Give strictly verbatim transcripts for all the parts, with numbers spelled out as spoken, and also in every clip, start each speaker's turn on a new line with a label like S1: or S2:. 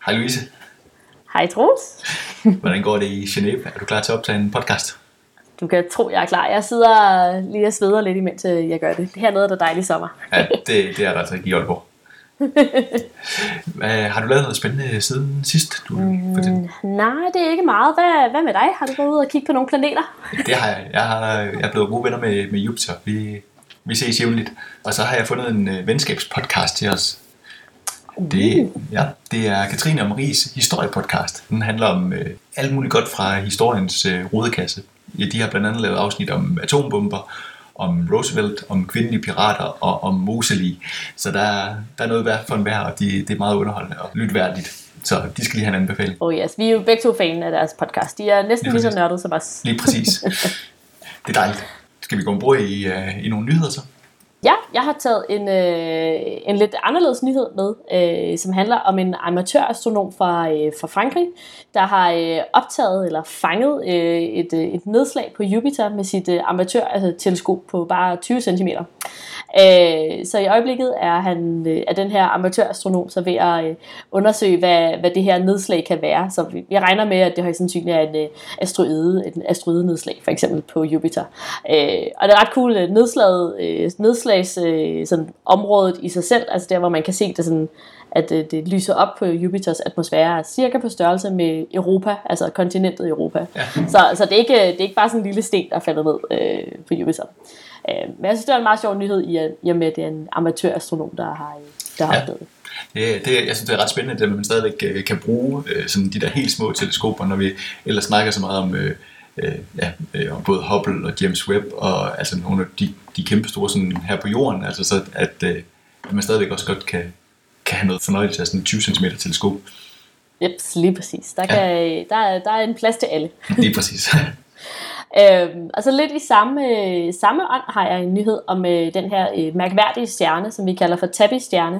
S1: Hej Louise.
S2: Hej Troels.
S1: Hvordan går det i Genève? Er du klar til at optage en podcast?
S2: Du kan tro, jeg er klar. Jeg sidder lige og sveder lidt, imens jeg gør det. Hernede er der dejlig sommer.
S1: Ja, det, det er der altså ikke i Aalborg. Hvad, har du lavet noget spændende siden sidst? Du mm,
S2: nej, det er ikke meget. Hvad, hvad med dig? Har du gået ud og kigge på nogle planeter?
S1: Det har jeg. Jeg, har, jeg er blevet gode venner med, med Jupiter. Vi, vi ses jævnligt. Og så har jeg fundet en uh, venskabspodcast til os. Det, ja, det er Katrine og Maries historiepodcast. Den handler om uh, alt muligt godt fra historiens uh, rodekasse. Ja, de har blandt andet lavet afsnit om atombomber, om Roosevelt, om kvindelige pirater og om Moseley. Så der, der er noget værd for enhver, og de, det er meget underholdende og lytværdigt. Så de skal lige have en anbefaling.
S2: Oh yes, vi er jo begge to fan af deres podcast. De er næsten lige, lige så nørdet som os.
S1: Lige præcis. Det er dejligt. Skal vi gå ombord i, uh, i nogle nyheder så?
S2: Ja, jeg har taget en, øh, en lidt anderledes nyhed med, øh, som handler om en amatørastronom fra, øh, fra Frankrig, der har øh, optaget eller fanget øh, et, øh, et nedslag på Jupiter med sit øh, amatørteleskop på bare tyve centimeter. Øh, så i øjeblikket er, han, øh, er den her amatørastronom så ved at øh, undersøge, hvad, hvad det her nedslag kan være. Så vi, vi regner med, at det højst sandsynligt er en øh, asteroide, et asteroidenedslag for eksempel på Jupiter. Øh, og det er ret cool, øh, nedslaget, øh, nedslag sådan området i sig selv, altså der hvor man kan se det sådan, at det, det lyser op på Jupiters atmosfære, cirka på størrelse med Europa, altså kontinentet Europa. Ja. Så, så det, er ikke, det er ikke bare sådan en lille sten, der er faldet ned øh, på Jupiter. Øh, men jeg synes, det er en meget sjov nyhed, i, i og med, at det er en amatørastronom, der har, der har
S1: ja.
S2: opdaget det.
S1: Det, det, jeg synes, det er ret spændende, at man stadigvæk kan bruge øh, sådan de der helt små teleskoper, når vi ellers snakker så meget om øh, Øh, ja, øh, både Hubble og James Webb og altså nogle af de, de kæmpe store sådan her på jorden, altså så at, øh, at man stadigvæk også godt kan, kan have noget fornøjelse af sådan en tyve centimeter teleskop.
S2: Jeps, lige præcis. Der, kan, ja. der, er, der er en plads til alle.
S1: Lige præcis.
S2: Øhm, og så lidt i samme, øh, samme ånd har jeg en nyhed om øh, den her øh, mærkværdige stjerne, som vi kalder for Tabby-stjerne,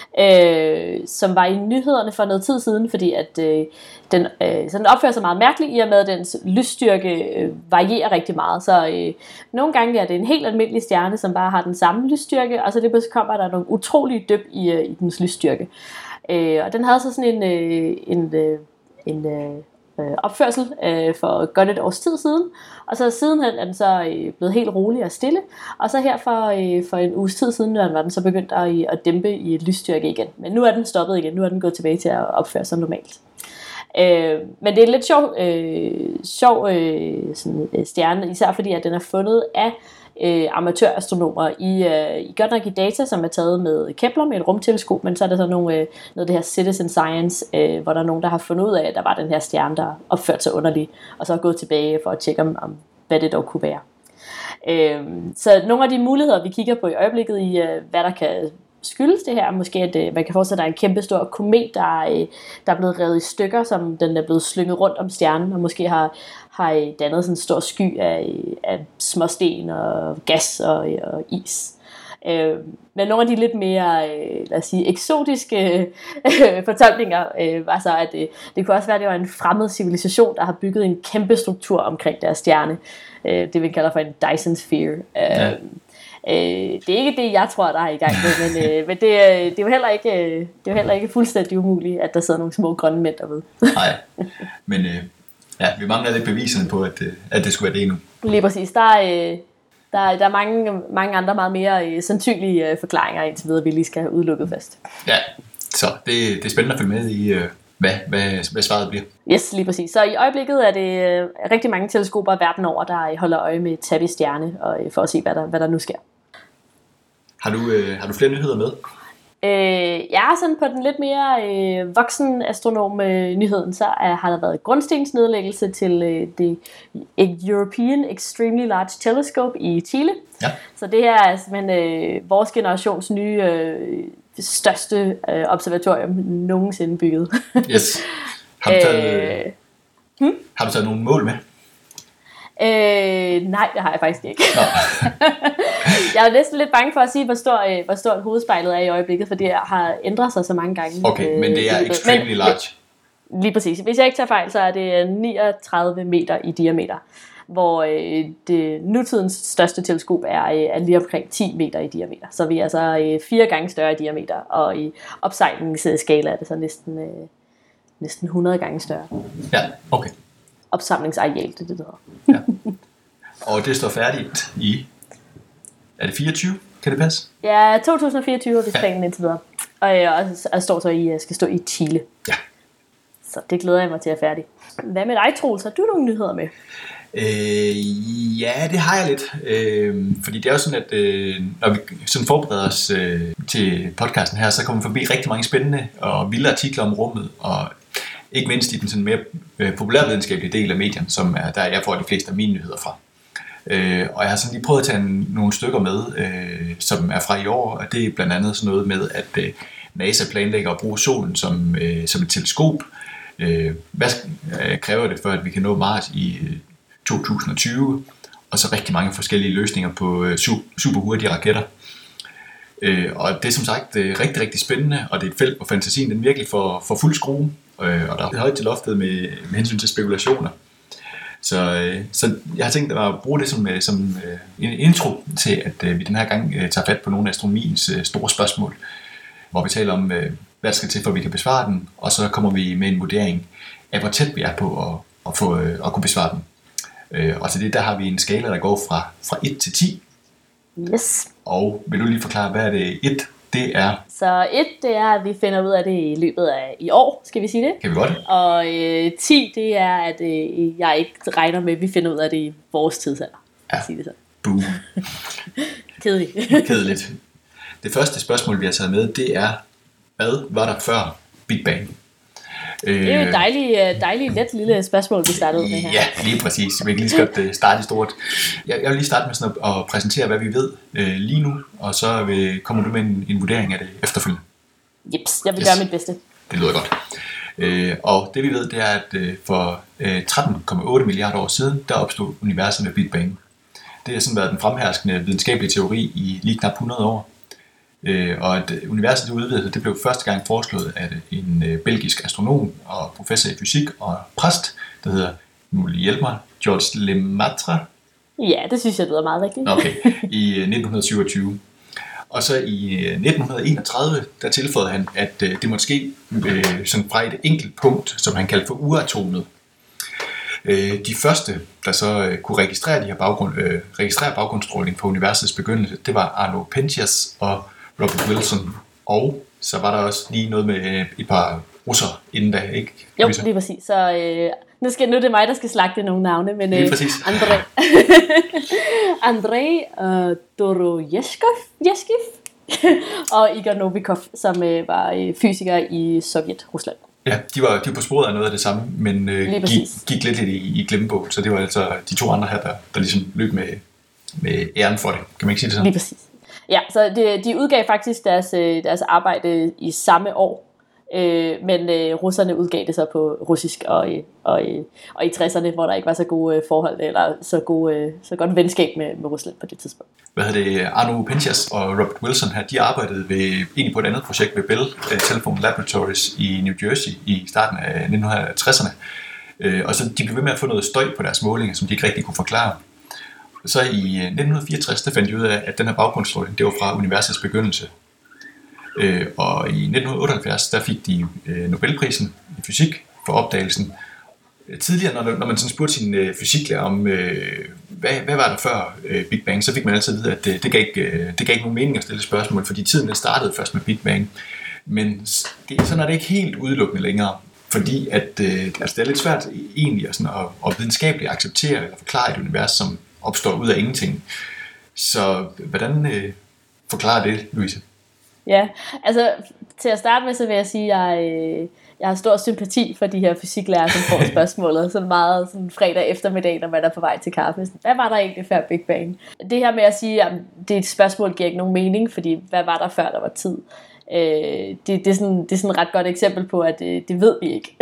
S2: øh, som var i nyhederne for noget tid siden, fordi at øh, den, øh, så den opfører sig meget mærkeligt, i og med at dens lysstyrke øh, varierer rigtig meget. Så øh, nogle gange er det en helt almindelig stjerne, som bare har den samme lysstyrke, og så det kommer der nogle utrolige dyb i, øh, i dens lysstyrke. Øh, og den havde så sådan en, øh, en, øh, en øh, opførsel øh, for godt et års tid siden, og så sidenhen er den så øh, blevet helt rolig og stille, og så her for, øh, for en uges tid siden var den så begyndt at, at dæmpe i lysstyrke igen, men nu er den stoppet igen, nu er den gået tilbage til at opføre sig normalt. Øh, men det er en lidt sjov, øh, sjov øh, sådan, øh, stjerne, især fordi at den er fundet af Øh, amatørastronomer i, øh, i godt nok i data, som er taget med Kepler med et rumteleskop, men så er der så nogle, øh, noget af det her citizen science, øh, hvor der er nogen, der har fundet ud af, at der var den her stjerne, der opførte sig underligt, og så er gået tilbage for at tjekke, om, om hvad det dog kunne være. Øh, så nogle af de muligheder, vi kigger på i øjeblikket i, øh, hvad der kan skyldes det her, måske at øh, man kan forestille, at der er en kæmpe stor komet, der, øh, der er blevet revet i stykker, som den er blevet slynget rundt om stjernen, og måske har, har dannet sådan en stor sky af, af småsten og gas og, og is. Øh, men nogle af de lidt mere øh, lad os sige, eksotiske øh, fortolkninger øh, var så, at øh, det kunne også være, at det var en fremmed civilisation, der har bygget en kæmpe struktur omkring deres stjerne. Øh, det vi kalder for en Dyson Sphere. Øh, ja. Øh, det er ikke det, jeg tror, der er i gang med, men, øh, men det, øh, det, er jo heller ikke, øh, det er jo heller ikke fuldstændig umuligt, at der sidder nogle små grønne mænd derude.
S1: Nej, men øh, ja, vi mangler lidt beviserne på, at, at det skulle være det endnu.
S2: Lige præcis. Der er, øh, der, der er mange, mange andre meget mere øh, sandsynlige øh, forklaringer, indtil videre, vi lige skal have udelukket først.
S1: Ja, så det, det er spændende at følge med i, øh, hvad, hvad, hvad svaret bliver.
S2: Yes, lige præcis. Så i øjeblikket er det øh, rigtig mange teleskoper verden over, der holder øje med Tabby-stjerne, og øh, for at se, hvad der, hvad der nu sker.
S1: Har du, øh, har du flere nyheder med?
S2: Øh, ja, sådan på den lidt mere øh, voksen astronom øh, nyheden, så er, har der været grundstensnedlæggelse til øh, det European Extremely Large Telescope i Chile. Ja. Så det her er simpelthen øh, vores generations nye øh, største øh, observatorium nogensinde bygget.
S1: Yes. Har du taget, øh, hmm? har du taget nogle mål med?
S2: Øh, nej, det har jeg faktisk ikke. Jeg er næsten lidt bange for at sige, hvor stort, hvor stort hovedspejlet er i øjeblikket, for det har ændret sig så mange gange.
S1: Okay, men det er øh, extremely large.
S2: Lige præcis. Hvis jeg ikke tager fejl, så er det niogtredive meter i diameter, hvor øh, det nutidens største teleskop er, øh, er lige omkring ti meter i diameter. Så vi er altså øh, fire gange større i diameter, og i opsejlingsskala er det så næsten, øh, næsten hundrede gange større.
S1: Ja, okay.
S2: Opsamlingsareal, det er det, det hedder.
S1: Ja. Og det står færdigt i, er det fireogtyve? Kan det passe?
S2: Ja, to tusind og fireogtyve er det planen indtil videre. Og jeg, jeg står så i, jeg skal stå i Chile.
S1: Ja.
S2: Så det glæder jeg mig til at være færdig. Hvad med dig, Troels? Har du nogle nyheder med?
S1: Øh, ja, det har jeg lidt. Øh, fordi det er jo sådan, at øh, når vi sådan forbereder os øh, til podcasten her, så kommer vi forbi rigtig mange spændende og vilde artikler om rummet, og ikke mindst i den sådan mere øh, populærvidenskabelige del af medierne, som er der, jeg får de fleste af mine nyheder fra. Øh, og jeg har sådan lige prøvet at tage en, nogle stykker med, øh, som er fra i år, og det er blandt andet sådan noget med, at øh, NASA planlægger at bruge solen som, øh, som et teleskop. Øh, hvad øh, kræver det for, at vi kan nå Mars i øh, to tusind og tyve, og så rigtig mange forskellige løsninger på øh, super hurtige raketter. Øh, og det er som sagt øh, rigtig, rigtig spændende, og det er et felt, hvor fantasien den virkelig får, får fuld skrue, øh, og der er højt til loftet med, med hensyn til spekulationer. Så, øh, så jeg har tænkt at bruge det som, som øh, en intro til, at øh, vi den her gang øh, tager fat på nogle af astronomiens øh, store spørgsmål, hvor vi taler om, øh, hvad der skal til, for at vi kan besvare den, og så kommer vi med en vurdering af, hvor tæt vi er på at, at, få, øh, at kunne besvare den. Øh, og til det, der har vi en skala, der går fra, fra et til ti.
S2: Yes.
S1: Og vil du lige forklare, hvad er det et? Det er...
S2: Så et, det er, at vi finder ud af det i løbet af i år, skal vi sige det?
S1: Kan vi godt.
S2: Og øh, ti, det er, at øh, jeg ikke regner med, at vi finder ud af det i vores tidsalder.
S1: Ja.
S2: Sige det så.
S1: Boom.
S2: Kedeligt.
S1: Kedeligt. Det første spørgsmål, vi har taget med, det er, hvad var der før Big Bang?
S2: Det er jo et dejligt, dejligt let lille spørgsmål, vi startede med her.
S1: Ja, lige præcis. Vi kan lige så godt starte i stort. Jeg, jeg vil lige starte med sådan at, at præsentere, hvad vi ved øh, lige nu, og så vil, kommer du med en, en vurdering af det efterfølgende.
S2: Jeps, jeg vil
S1: Yes.
S2: gøre mit bedste.
S1: Det lyder godt. Øh, og det vi ved, det er, at øh, for øh, tretten komma otte milliarder år siden, der opstod universet med Big Bang. Det har sådan været den fremherskende videnskabelige teori i lige knap hundrede år. Øh, og at universet udvidede, det blev første gang foreslået af en øh, belgisk astronom og professor i fysik og præst, der hedder, nu vil I hjælpe mig, Georges Lemaitre.
S2: Ja, det synes jeg lyder meget rigtigt.
S1: Okay, i øh, nitten syvogtyve. Og så i øh, nitten enogtredive, der tilføjede han, at øh, det måtte ske øh, sådan fra et enkelt punkt, som han kaldte for uratomet. Øh, de første, der så øh, kunne registrere, de her baggrund, øh, registrere baggrundsstråling på universets begyndelse, det var Arno Penzias og Robert Wilson. Og så var der også lige noget med øh, et par russere inden da, ikke?
S2: Jo, lige præcis. Så øh, nu, skal, nu er det mig, der skal slagte nogle navne, men øh, Andrei Andrei uh, Dorojeskov og Igor Novikov, som øh, var øh, fysiker i Sovjet-Rusland.
S1: Ja, de var, de var på sporet af noget af det samme, men øh, gik, gik lidt i, i glemmebogen, så det var altså de to andre her, der, der ligesom løb med, med æren for det. Kan man ikke sige det sådan?
S2: Lige præcis. Ja, så de, de udgav faktisk deres, deres arbejde i samme år, øh, men øh, russerne udgav det så på russisk og, og, og i tresserne, hvor der ikke var så gode forhold eller så, gode, så godt venskab med, med Rusland på det tidspunkt.
S1: Hvad hedder det? Arno Penzias og Robert Wilson her, de arbejdede ved, egentlig på et andet projekt ved Bell Telephone Laboratories i New Jersey i starten af nitten tresserne, og så de blev ved med at få noget støj på deres målinger, som de ikke rigtig kunne forklare. Så i nitten fireogtres, der fandt de ud af, at den her baggrundsstråling, det var fra universets begyndelse. Øh, og i nitten otteoghalvfjerds, der fik de øh, Nobelprisen i fysik for opdagelsen. Tidligere, når, når man sådan spurgte sin øh, fysiklærer om, øh, hvad, hvad var der før øh, Big Bang, så fik man altid at vide, at det, det, gav ikke, øh, det gav ikke nogen mening at stille spørgsmål, fordi tiden den startede først med Big Bang. Men det, sådan er det ikke helt udelukkende længere, fordi at, øh, altså, det er lidt svært egentlig at, sådan, at, at videnskabeligt acceptere eller forklare et univers, som opstår ud af ingenting. Så hvordan øh, forklarer det, Louise?
S2: Ja, altså til at starte med, så vil jeg sige, at jeg, øh, jeg har stor sympati for de her fysiklærer, som får spørgsmålet sådan meget sådan fredag eftermiddag, når man er på vej til kaffe. Hvad var der egentlig før Big Bang? Det her med at sige, at det er et spørgsmål, giver ikke nogen mening, fordi hvad var der før der var tid? Øh, det, det, er sådan, det er sådan et ret godt eksempel på, at det, det ved vi ikke.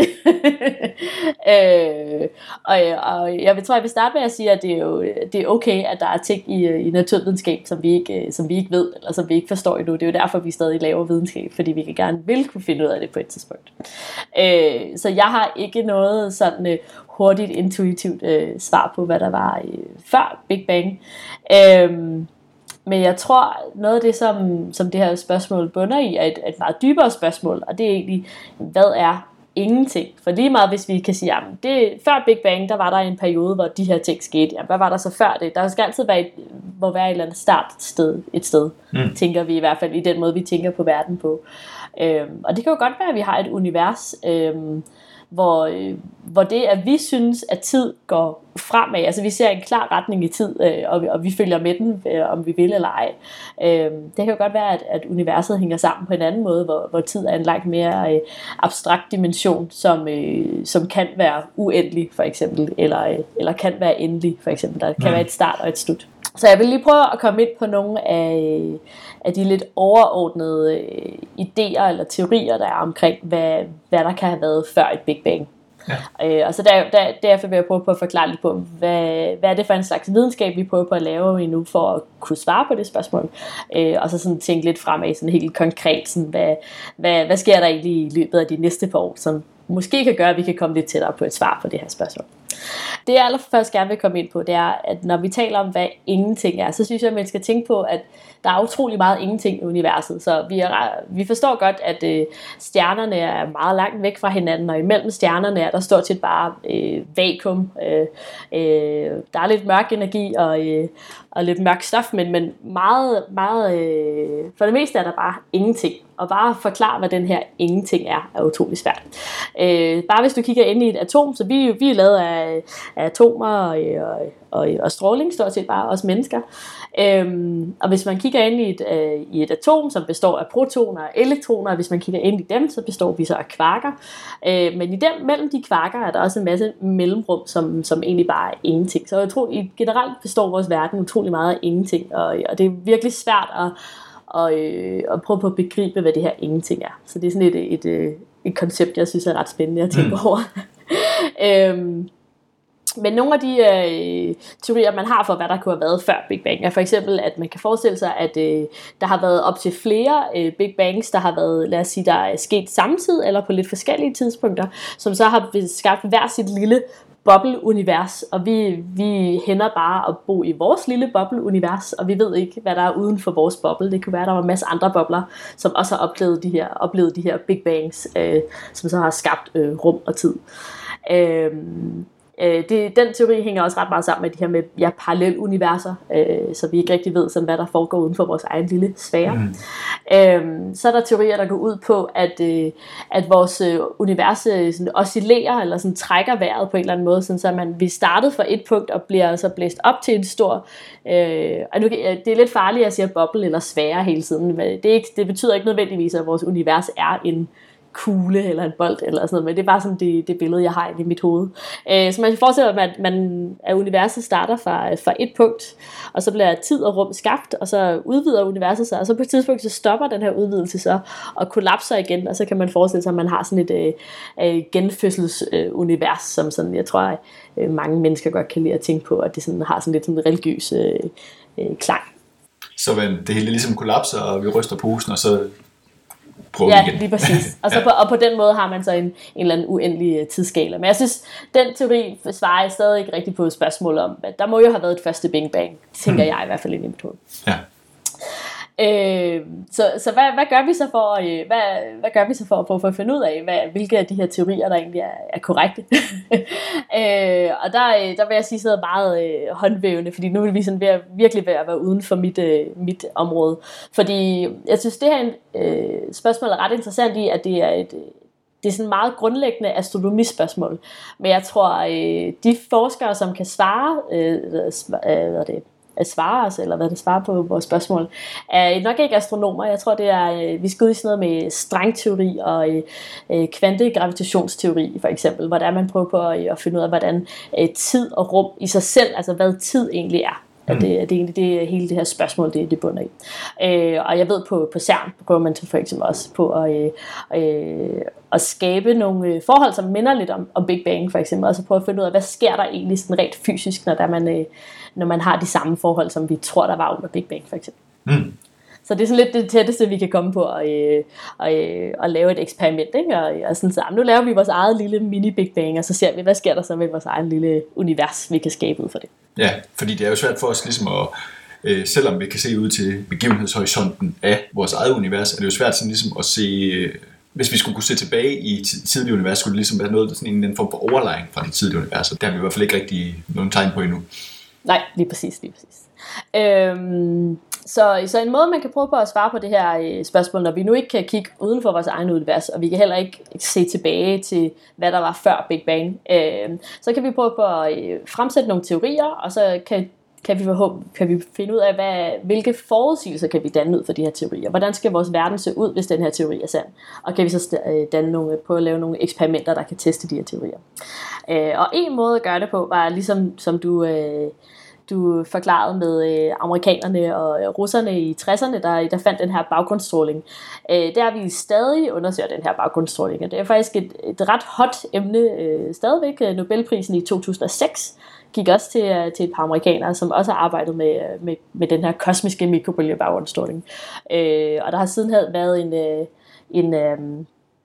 S2: øh, og, og jeg tror, jeg vil starte med at sige, at det er, jo, det er okay, at der er ting i, i naturvidenskab, som vi, ikke, som vi ikke ved, eller som vi ikke forstår endnu. Det er jo derfor, vi stadig laver videnskab, fordi vi gerne vil kunne finde ud af det på et tidspunkt. Øh, så jeg har ikke noget sådan uh, hurtigt, intuitivt uh, svar på, hvad der var uh, før Big Bang. Øh, Men jeg tror, noget af det, som, som det her spørgsmål bunder i, er et, et meget dybere spørgsmål, og det er egentlig, hvad er ingenting. For lige meget hvis vi kan sige, jamen det, før Big Bang, der var der en periode, hvor de her ting skete. Jamen, hvad var der så før det? Der skal altid være et, må være et eller andet startsted, et sted, mm. tænker vi i hvert fald i den måde, vi tænker på verden på. Øhm, og det kan jo godt være, at vi har et univers, øhm, hvor, øh, hvor det, at vi synes, at tid går fremad, altså vi ser en klar retning i tid, øh, og, vi, og vi følger med den, øh, om vi vil eller ej. Øh, det kan jo godt være, at, at universet hænger sammen på en anden måde, hvor, hvor tid er en langt mere øh, abstrakt dimension, som, øh, som kan være uendelig, for eksempel, eller, øh, eller kan være endelig, for eksempel. Der kan mm. være et start og et slut. Så jeg vil lige prøve at komme ind på nogle af, af de lidt overordnede øh, idéer eller teorier, der er omkring, hvad, hvad der kan have været før et Big Bang. Ja. Øh, og så der, der, derfor vil jeg prøve på at forklare lidt på, hvad, hvad er det for en slags videnskab, vi prøver på at lave nu, for at kunne svare på det spørgsmål. Øh, og så sådan tænke lidt fremad, sådan helt konkret, sådan, hvad, hvad, hvad sker der egentlig i løbet af de næste par år, som måske kan gøre, at vi kan komme lidt tættere på et svar på det her spørgsmål. Det jeg allerførst gerne vil komme ind på, det er, at når vi taler om, hvad ingenting er, så synes jeg, at man skal tænke på, at der er utrolig meget ingenting i universet. Så vi, er, vi forstår godt, at øh, stjernerne er meget langt væk fra hinanden, og imellem stjernerne er der stort set bare øh, vakuum. Øh, øh, der er lidt mørk energi og, øh, og lidt mørk stof, men, men meget, meget, øh, for det meste er der bare ingenting. Og bare forklare, hvad den her ingenting er, er utrolig svært. Øh, bare hvis du kigger ind i et atom, så vi, vi er lavet af, af atomer og, og, og, og stråling, stort set bare os mennesker. Øhm, og hvis man kigger ind i et, øh, i et atom, som består af protoner og elektroner, og hvis man kigger ind i dem, så består vi så af kvarker. Øh, men i dem, mellem de kvarker er der også en masse mellemrum, som, som egentlig bare er ingenting. Så jeg tror, i generelt består vores verden utrolig meget af ingenting, og, og det er virkelig svært at Og, øh, og prøve på at begribe, hvad det her ingenting er. Så det er sådan et, et, et, et koncept, jeg synes er ret spændende at tænke mm. over. øhm, men nogle af de øh, teorier, man har for, hvad der kunne have været før Big Bang, er for eksempel, at man kan forestille sig, at øh, der har været op til flere øh, Big Bangs, der har været, lad os sige, der er sket samtidig, eller på lidt forskellige tidspunkter, som så har skabt hver sit lille boble-univers, og vi, vi hænder bare at bo i vores lille boble-univers, og vi ved ikke, hvad der er uden for vores boble. Det kunne være, at der var en masse andre bobler, som også har oplevet de her, oplevet de her Big Bangs, øh, som så har skabt øh, rum og tid. Øh, øh, det, den teori hænger også ret meget sammen med de her med ja, paralleluniverser, øh, så vi ikke rigtig ved, sådan, hvad der foregår uden for vores egen lille sfære. Mm. Øh, så er der teorier, der går ud på, at, øh, at vores øh, univers øh, sådan, oscillerer, eller sådan, trækker vejret på en eller anden måde, sådan, så man, vi startede fra et punkt og bliver så blæst op til en stor... Øh, og nu, det er lidt farligt at sige boble eller sfære hele tiden. Det, er ikke, det betyder ikke nødvendigvis, at vores univers er en kugle eller en bold eller sådan noget, men det er bare sådan det, det billede, jeg har i mit hoved. Øh, så man kan forestille sig, at, man, at universet starter fra, fra et punkt, og så bliver tid og rum skabt, og så udvider universet sig, og så på et tidspunkt, så stopper den her udvidelse så, og kollapser igen, og så kan man forestille sig, at man har sådan et øh, genfødselsunivers, øh, som sådan, jeg tror, øh, mange mennesker godt kan lide at tænke på, at det sådan, har sådan lidt sådan religiøs øh, øh, klang.
S1: Så det hele ligesom kollapser, og vi ryster posen, og så prøver
S2: ja,
S1: igen.
S2: Lige præcis. Og, så ja. på, og på den måde har man så en, en eller anden uendelig tidsskala. Men jeg synes, den teori svarer stadig ikke rigtig på et spørgsmål om, at der må jo have været et første Big Bang, tænker hmm. jeg i hvert fald i min metode. Ja. Øh, så så hvad, hvad gør vi så for øh, hvad, hvad gør vi så for, for, for at finde ud af hvad, hvilke af de her teorier der egentlig er, er korrekte. øh, og der, der vil jeg sige så meget øh, håndvævende, fordi nu vil vi sådan være, virkelig være, være uden for mit, øh, mit område, fordi jeg synes det her øh, spørgsmål er ret interessant i, at det er et det er sådan et meget grundlæggende astronomispørgsmål, men jeg tror øh, de forskere som kan svare øh, øh, hvad er det at svare os, eller hvad det svarer på vores spørgsmål, er nok ikke astronomer. Jeg tror, det er, vi skal ud i sådan noget med strengteori og øh, kvantegravitationsteori, for eksempel, hvor der man prøver på at, at finde ud af, hvordan øh, tid og rum i sig selv, altså hvad tid egentlig er. Mm. At det, det er egentlig det, hele det her spørgsmål, det, det bunder i. Øh, og jeg ved, på, på CERN prøver man for eksempel også på at, øh, at skabe nogle forhold, som minder lidt om, om Big Bang, for eksempel, og så prøve at finde ud af, hvad sker der egentlig sådan rent fysisk, når, der man, øh, når man har de samme forhold, som vi tror, der var under Big Bang, for eksempel. Mm. Så det er sådan lidt det tætteste, vi kan komme på at, øh, at, øh, at lave et eksperiment, ikke? Og, og sådan så, nu laver vi vores eget lille mini-Big Bang, og så ser vi, hvad sker der så med vores egen lille univers, vi kan skabe ud for det.
S1: Ja, fordi det er jo svært for os ligesom at, øh, selvom vi kan se ud til begivenhedshorisonten af vores eget univers, er det jo svært sådan ligesom at se, øh, Hvis vi skulle kunne se tilbage i tidlige univers, skulle det ligesom være noget, sådan en form for overlegning fra de tidlige universer. Der har vi i hvert fald ikke rigtig nogen tegn på endnu.
S2: Nej, lige præcis, lige præcis. Øhm, så, så en måde, man kan prøve på at svare på det her øh, spørgsmål, når vi nu ikke kan kigge uden for vores egen univers, og vi kan heller ikke se tilbage til, hvad der var før Big Bang, øh, så kan vi prøve på at øh, fremsætte nogle teorier, og så kan Kan vi, kan vi finde ud af, hvad, hvilke forudsigelser kan vi danne ud for de her teorier? Hvordan skal vores verden se ud, hvis den her teori er sand? Og kan vi så danne nogle, på at lave nogle eksperimenter, der kan teste de her teorier? Øh, og en måde at gøre det på, var ligesom som du, øh, du forklarede med øh, amerikanerne og russerne i tresserne, der, der fandt den her baggrundsstråling. Øh, der vi stadig undersøger den her baggrundsstråling, og det er faktisk et, et ret hot emne øh, stadigvæk. Nobelprisen i to tusind og seks gik også til, til et par amerikanere, som også har arbejdet med, med, med den her kosmiske mikrobølgebaggrundsstråling. Øh, og der har siden været en, en, en,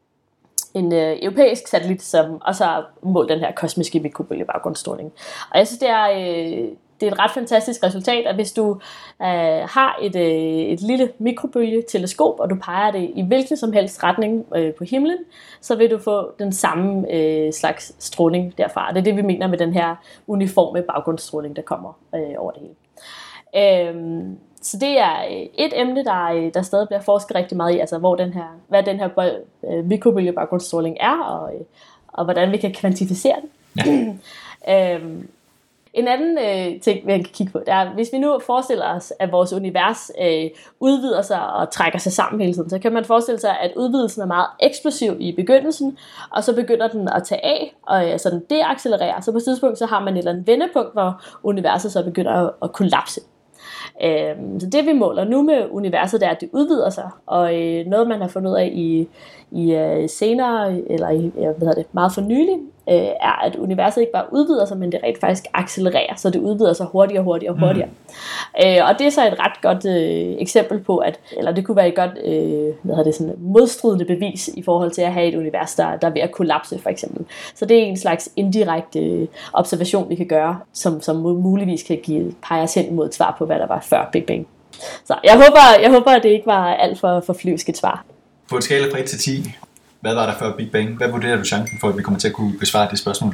S2: en europæisk satellit, som også har målt den her kosmiske mikrobølgebaggrundsstråling. Og jeg synes, det er, det er et ret fantastisk resultat, at hvis du øh, har et, øh, et lille mikrobølgeteleskop, og du peger det i hvilken som helst retning øh, på himlen, så vil du få den samme øh, slags stråling derfra. Det er det, vi mener med den her uniforme baggrundsstråling, der kommer øh, over det hele. Øhm, så det er et emne, der, der stadig bliver forsket rigtig meget i, altså hvor den her, hvad den her øh, mikrobølgebaggrundsstråling er, og, og hvordan vi kan kvantificere den. Ja. øhm, En anden øh, ting, vi kan kigge på, det er, hvis vi nu forestiller os, at vores univers øh, udvider sig og trækker sig sammen hele tiden, så kan man forestille sig, at udvidelsen er meget eksplosiv i begyndelsen, og så begynder den at tage af, og altså den deaccelererer. Så på et tidspunkt, så har man et eller andet vendepunkt, hvor universet så begynder at, at kollapse. Øh, så det vi måler nu med universet, det er, at det udvider sig, og øh, noget man har fundet ud af i, i øh, senere, eller i, hvad hedder det, meget for nylig, øh, er, at universet ikke bare udvider sig, men det rent faktisk accelererer, så det udvider sig hurtigere og hurtigere og hurtigere. Mm. Øh, og det er så et ret godt øh, eksempel på, at, eller det kunne være et godt øh, hvad hedder det, sådan modstridende bevis i forhold til at have et univers, der, der er ved at kollapse, for eksempel. Så det er en slags indirekte øh, observation, vi kan gøre, som, som muligvis kan give, pege os hen mod et svar på, hvad der var før Big Bang. Så jeg håber, jeg håber at det ikke var alt for, for flyvsk et svar.
S1: På en skala fra et til ti, hvad var der før Big Bang? Hvad vurderer du chancen for, at vi kommer til at kunne besvare det spørgsmål?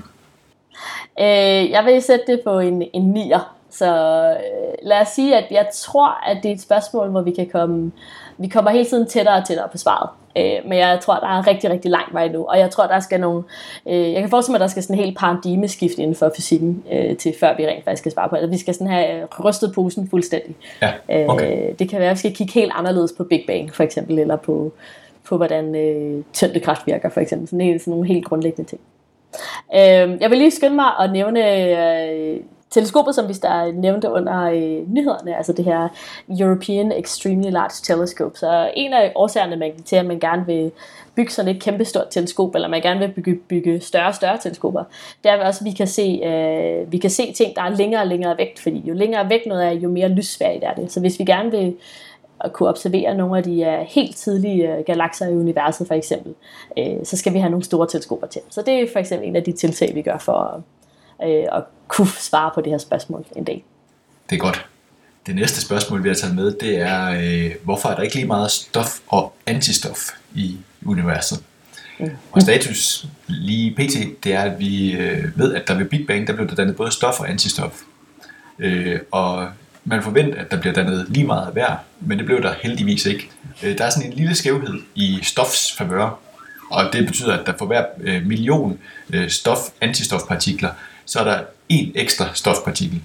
S2: Øh, jeg vil sætte det på en, en nier. Så øh, lad os sige, at jeg tror, at det er et spørgsmål, hvor vi kan komme, vi kommer hele tiden tættere og tættere på svaret. Øh, men jeg tror, der er rigtig, rigtig lang vej nu. Og jeg tror, der skal nogle, øh, jeg kan forestille mig, at der skal sådan en helt paradigmeskift inden for fysikken, øh, til før vi rent faktisk skal svare på det. Vi skal sådan have rystet posen fuldstændig.
S1: Ja, okay.
S2: øh, det kan være, at vi skal kigge helt anderledes på Big Bang, for eksempel, eller på, på hvordan øh, tyngdekraft virker, for eksempel. Sådan, helt, sådan nogle helt grundlæggende ting. Øh, jeg vil lige skynde mig at nævne øh, teleskopet, som vi der nævnte under øh, nyhederne, altså det her European Extremely Large Telescope. Så en af årsagerne man, til, at man gerne vil bygge sådan et kæmpestort teleskop, eller man gerne vil bygge, bygge større og større teleskoper, det er også, at vi kan, se, øh, vi kan se ting, der er længere og længere væk, fordi jo længere væk noget er, jo mere lyssvagt er det. Så hvis vi gerne vil at kunne observere nogle af de uh, helt tidlige uh, galakser i universet, for eksempel, uh, så skal vi have nogle store teleskoper til. Så det er for eksempel en af de tiltag, vi gør for uh, at kunne svare på det her spørgsmål en dag.
S1: Det er godt. Det næste spørgsmål, vi har taget med, det er, uh, hvorfor er der ikke lige meget stof og antistof i universet? Mm. Og status lige pt, det er, at vi uh, ved, at der ved Big Bang, der blev der dannet både stof og antistof. Uh, og man forventer, at der bliver dannet lige meget af hver, men det blev der heldigvis ikke. Der er sådan en lille skævhed i stofs favør, og det betyder, at der for hver million stof-antistofpartikler, så er der en ekstra stofpartikel.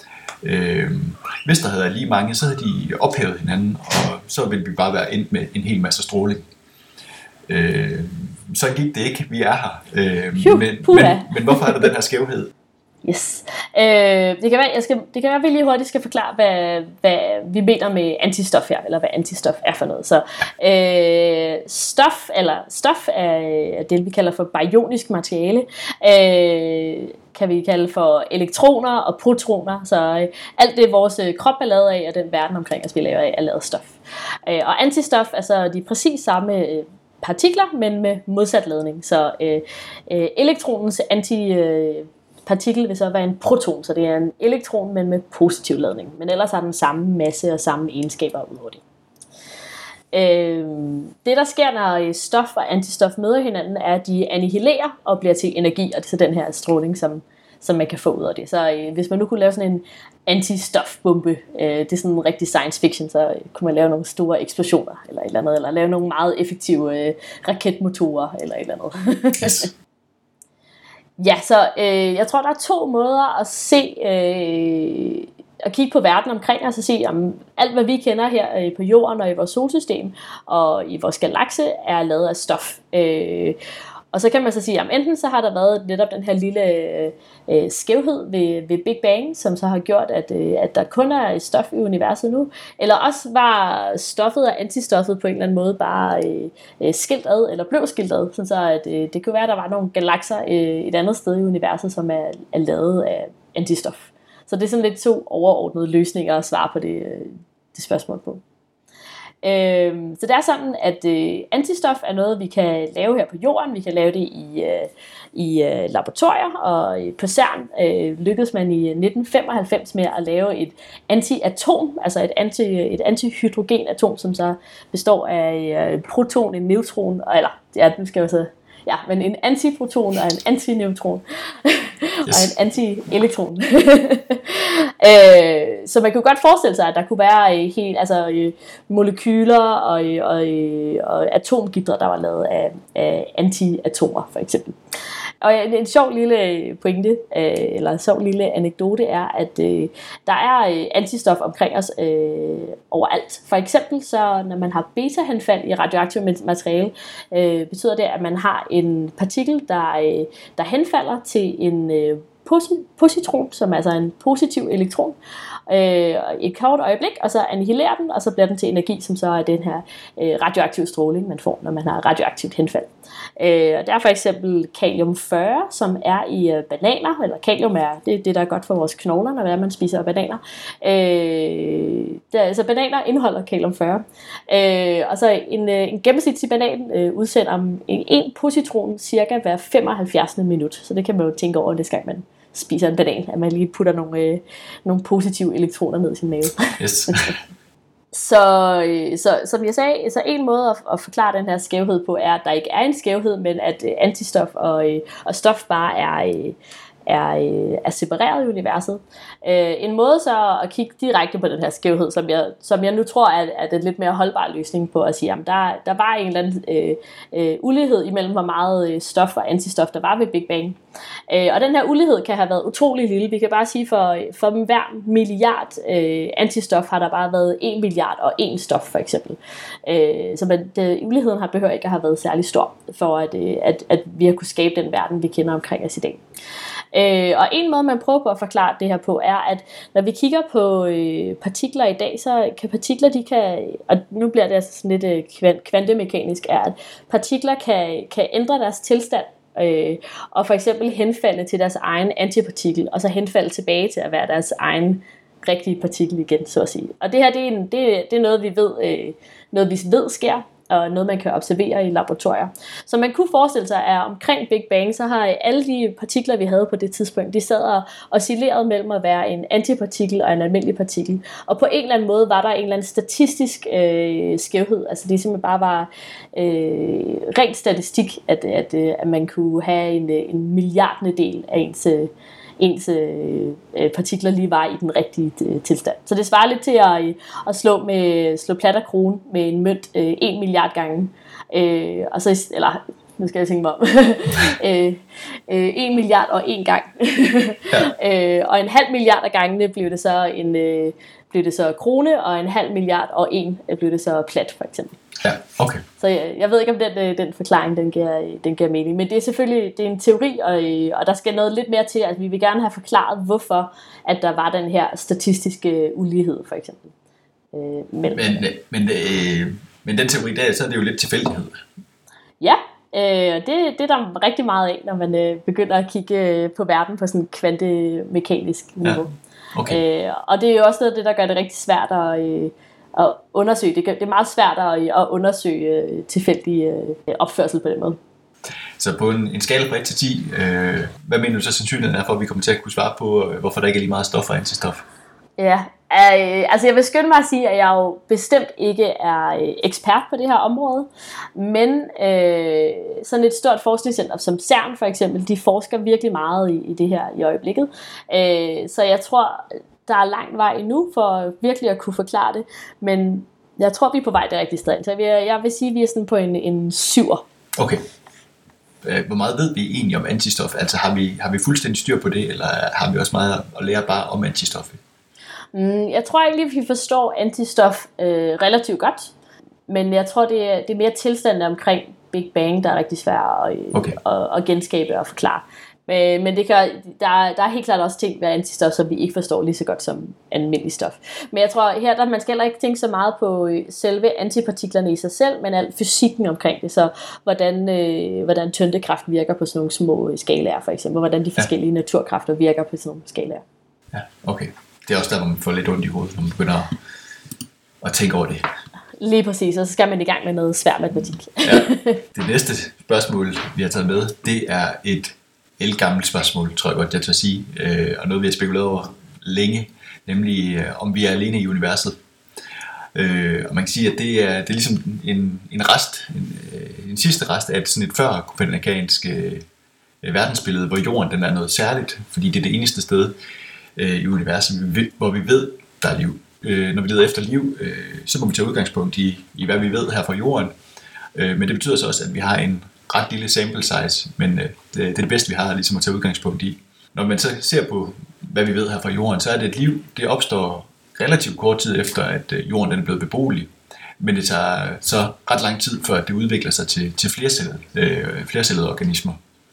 S1: Hvis der havde lige mange, så havde de ophævet hinanden, og så ville vi bare være endt med en hel masse stråling. Så gik det ikke, vi er her. Men, men, men hvorfor er der den her skævhed?
S2: Yes. Øh, det kan være, jeg skal, det kan være, at vi lige hurtigt skal forklare, hvad, hvad vi mener med antistof her, eller hvad antistof er for noget. Så øh, stof, eller stof er det, vi kalder for baryonisk materiale, øh, kan vi kalde for elektroner og protoner. Så øh, alt det, vores krop er lavet af, og den verden omkring os, vi laver af, er lavet stof. Øh, og antistof, altså de præcis samme øh, partikler, men med modsat ladning. Så øh, øh, elektronens anti øh, partikel vil så være en proton, så det er en elektron, men med positiv ladning. Men ellers har den samme masse og samme egenskaber ud over det. Øh, det der sker, når stof og antistof møder hinanden, er, at de annihilerer og bliver til energi, og det er så den her stråling, som, som man kan få ud af det. Så øh, hvis man nu kunne lave sådan en antistofbombe, øh, det er sådan en rigtig science fiction, så kunne man lave nogle store eksplosioner, eller et eller andet, eller lave nogle meget effektive øh, raketmotorer, eller et eller andet. Yes. Ja, så øh, jeg tror, der er to måder at se... Øh, at kigge på verden omkring os og se, om alt, hvad vi kender her på jorden og i vores solsystem og i vores galakse, er lavet af stof. Øh, og så kan man så sige, at enten så har der været netop den her lille øh, skævhed ved, ved Big Bang, som så har gjort, at, øh, at der kun er stof i universet nu, eller også var stoffet og antistoffet på en eller anden måde bare øh, skilt ad, eller blev skilt ad, sådan så at, øh, det kunne være, at der var nogle galakser øh, et andet sted i universet, som er, er lavet af antistof. Så det er sådan lidt to overordnede løsninger at svare på det, det spørgsmål på. Øhm, så det er sådan, at øh, antistof er noget, vi kan lave her på jorden. Vi kan lave det i, øh, i øh, laboratorier, og på CERN øh, lykkedes man i nitten femoghalvfems med at lave et antiatom, altså et, anti, et antihydrogenatom, som så består af øh, proton, en neutron, og, eller ja, nu skal jeg så... Ja, men en antiproton og en antineutron yes. og en antielektron. øh, så man kunne godt forestille sig, at der kunne være øh, helt, altså, øh, molekyler og, øh, og, øh, og atomgitre, der var lavet af, af antiatomer, for eksempel. Og en, en sjov lille pointe, øh, eller en sjov lille anekdote er, at øh, der er øh, antistof omkring os øh, overalt. For eksempel, så når man har beta-henfald i radioaktivt materiale, øh, betyder det, at man har en partikel, der, øh, der henfalder til en øh, positron, som er altså en positiv elektron, øh, et kort øjeblik, og så annihilerer den, og så bliver den til energi, som så er den her øh, radioaktive stråling, man får, når man har radioaktivt henfald. Øh, og der er for eksempel kalium fyrre, som er i øh, bananer, eller kalium er det, det, der er godt for vores knogler, når man spiser bananer. Øh, der, altså bananer indeholder kalium fyrre. Øh, og så en, øh, en gennemsnitlig banan øh, udsender en, en positron cirka hver femoghalvfjerds minut, så det kan man jo tænke over, næste gang man spiser en banan, at man lige putter nogle, øh, nogle positive elektroner ned i sin mave. Yes. Så, så som jeg sagde, så en måde at, at forklare den her skævhed på, er, at der ikke er en skævhed, men at øh, antistof og, øh, og stof bare er, øh, er, øh, er separeret i universet. Øh, en måde så at kigge direkte på den her skævhed, som jeg, som jeg nu tror er, er det lidt mere holdbar løsning på at sige, at der, der var en eller anden øh, øh, ulighed imellem, hvor meget stof og antistof der var ved Big Bang. Øh, og den her ulighed kan have været utrolig lille. Vi kan bare sige, for, for hver milliard øh, antistof har der bare været en milliard og en stof, for eksempel. Øh, så man, det, uligheden har behøver ikke at have været særlig stor, for at, øh, at, at vi har kunne skabe den verden, vi kender omkring os i dag. Øh, og en måde, man prøver på at forklare det her på, er, at når vi kigger på øh, partikler i dag, så kan partikler, de kan, og nu bliver det altså sådan lidt øh, kvantemekanisk, er, at partikler kan, kan ændre deres tilstand, øh, og for eksempel henfalde til deres egen antipartikel, og så henfalde tilbage til at være deres egen rigtige partikel igen, så at sige. Og det her, det er, en, det, det er noget, vi ved, øh, noget, vi ved sker, og noget, man kan observere i laboratorier. Så man kunne forestille sig, at omkring Big Bang, så har alle de partikler, vi havde på det tidspunkt, de sad og oscillerede mellem at være en antipartikel og en almindelig partikel. Og på en eller anden måde var der en eller anden statistisk øh, skævhed. Altså det simpelthen bare var øh, rent statistik, at, at, at man kunne have en, en milliardende del af ens ens øh, partikler lige var i den rigtige øh, tilstand. Så det svarer lidt til at, at slå, med, slå plat og krone med en mønt øh, en milliard gange. Øh, og så, eller, nu skal jeg tænke mig om, øh, øh, en milliard og en gang. ja. øh, og en halv milliard af gangene blev det så en øh, blev det så krone, og en halv milliard og en blev det så plat, for eksempel.
S1: Ja, okay.
S2: Så jeg, jeg ved ikke, om den, den forklaring, den giver, den giver mening. Men det er selvfølgelig det er en teori, og, og der skal noget lidt mere til. Altså, vi vil gerne have forklaret, hvorfor at der var den her statistiske ulighed, for eksempel. Øh,
S1: men men, øh, men den teori, der, så er det jo lidt tilfældighed.
S2: Ja, øh, det, det er der rigtig meget af, når man øh, begynder at kigge på verden på sådan et kvantemekanisk niveau. Ja. Okay. Øh, og det er jo også noget af det, der gør det rigtig svært at... Øh, at undersøge. Det er meget svært at undersøge tilfældig opførsel på den måde.
S1: Så på en, en skala fra et til ti, øh, hvad mener du så sandsynligheden er for, at vi kommer til at kunne svare på, hvorfor der ikke er lige meget stof og antistof?
S2: Ja, øh, altså jeg vil skynde mig at sige, at jeg jo bestemt ikke er øh, ekspert på det her område, men øh, sådan et stort forskningscenter som CERN for eksempel, de forsker virkelig meget i, i det her i øjeblikket. Øh, så jeg tror, der er lang vej endnu for virkelig at kunne forklare det, men jeg tror, vi er på vej det rigtige sted. Så jeg vil, jeg vil sige, at vi er sådan på en, en syver.
S1: Okay. Hvor meget ved vi egentlig om antistof? Altså har vi, har vi fuldstændig styr på det, eller har vi også meget at lære bare om antistof?
S2: Mm, jeg tror egentlig, at vi forstår antistof øh, relativt godt, men jeg tror, det er, det er mere tilstanden omkring Big Bang, der er rigtig svært at,
S1: okay.
S2: at, at genskabe og forklare. Men, men det kan, der, der er helt klart også ting ved antistof, som vi ikke forstår lige så godt som almindelig stof. Men jeg tror, her der man skal heller ikke tænke så meget på selve antipartiklerne i sig selv, men al fysikken omkring det. Så hvordan, øh, hvordan tyngdekraften virker på sådan nogle små skalaer, for eksempel. Hvordan de forskellige ja. naturkræfter virker på sådan nogle skalaer.
S1: Ja, okay. Det er også der, hvor man får lidt ondt i hovedet, når man begynder at, at tænke over det.
S2: Lige præcis, og så skal man i gang med noget svær matematik.
S1: Ja. Det næste spørgsmål, vi har taget med, det er et ældgammelt spørgsmål, tror jeg godt, jeg tør sige, øh, og noget, vi har spekuleret over længe, nemlig øh, om vi er alene i universet. Øh, og man kan sige, at det er, det er ligesom en, en rest, en, øh, en sidste rest af et, sådan et før kopernikansk øh, verdensbillede, hvor jorden den er noget særligt, fordi det er det eneste sted øh, i universet, hvor vi ved, der er liv. Øh, når vi leder efter liv, øh, så må vi tage udgangspunkt i, i, hvad vi ved her fra jorden, øh, men det betyder så også, at vi har en ret lille sample size, men øh, det, det er det bedste, vi har ligesom at tage udgangspunkt i. Når man så ser på, hvad vi ved her fra jorden, så er det et liv, det opstår relativt kort tid efter, at øh, jorden den er blevet beboelig. Men det tager så ret lang tid, før det udvikler sig til, til flercellede, øh, flercellede organismer.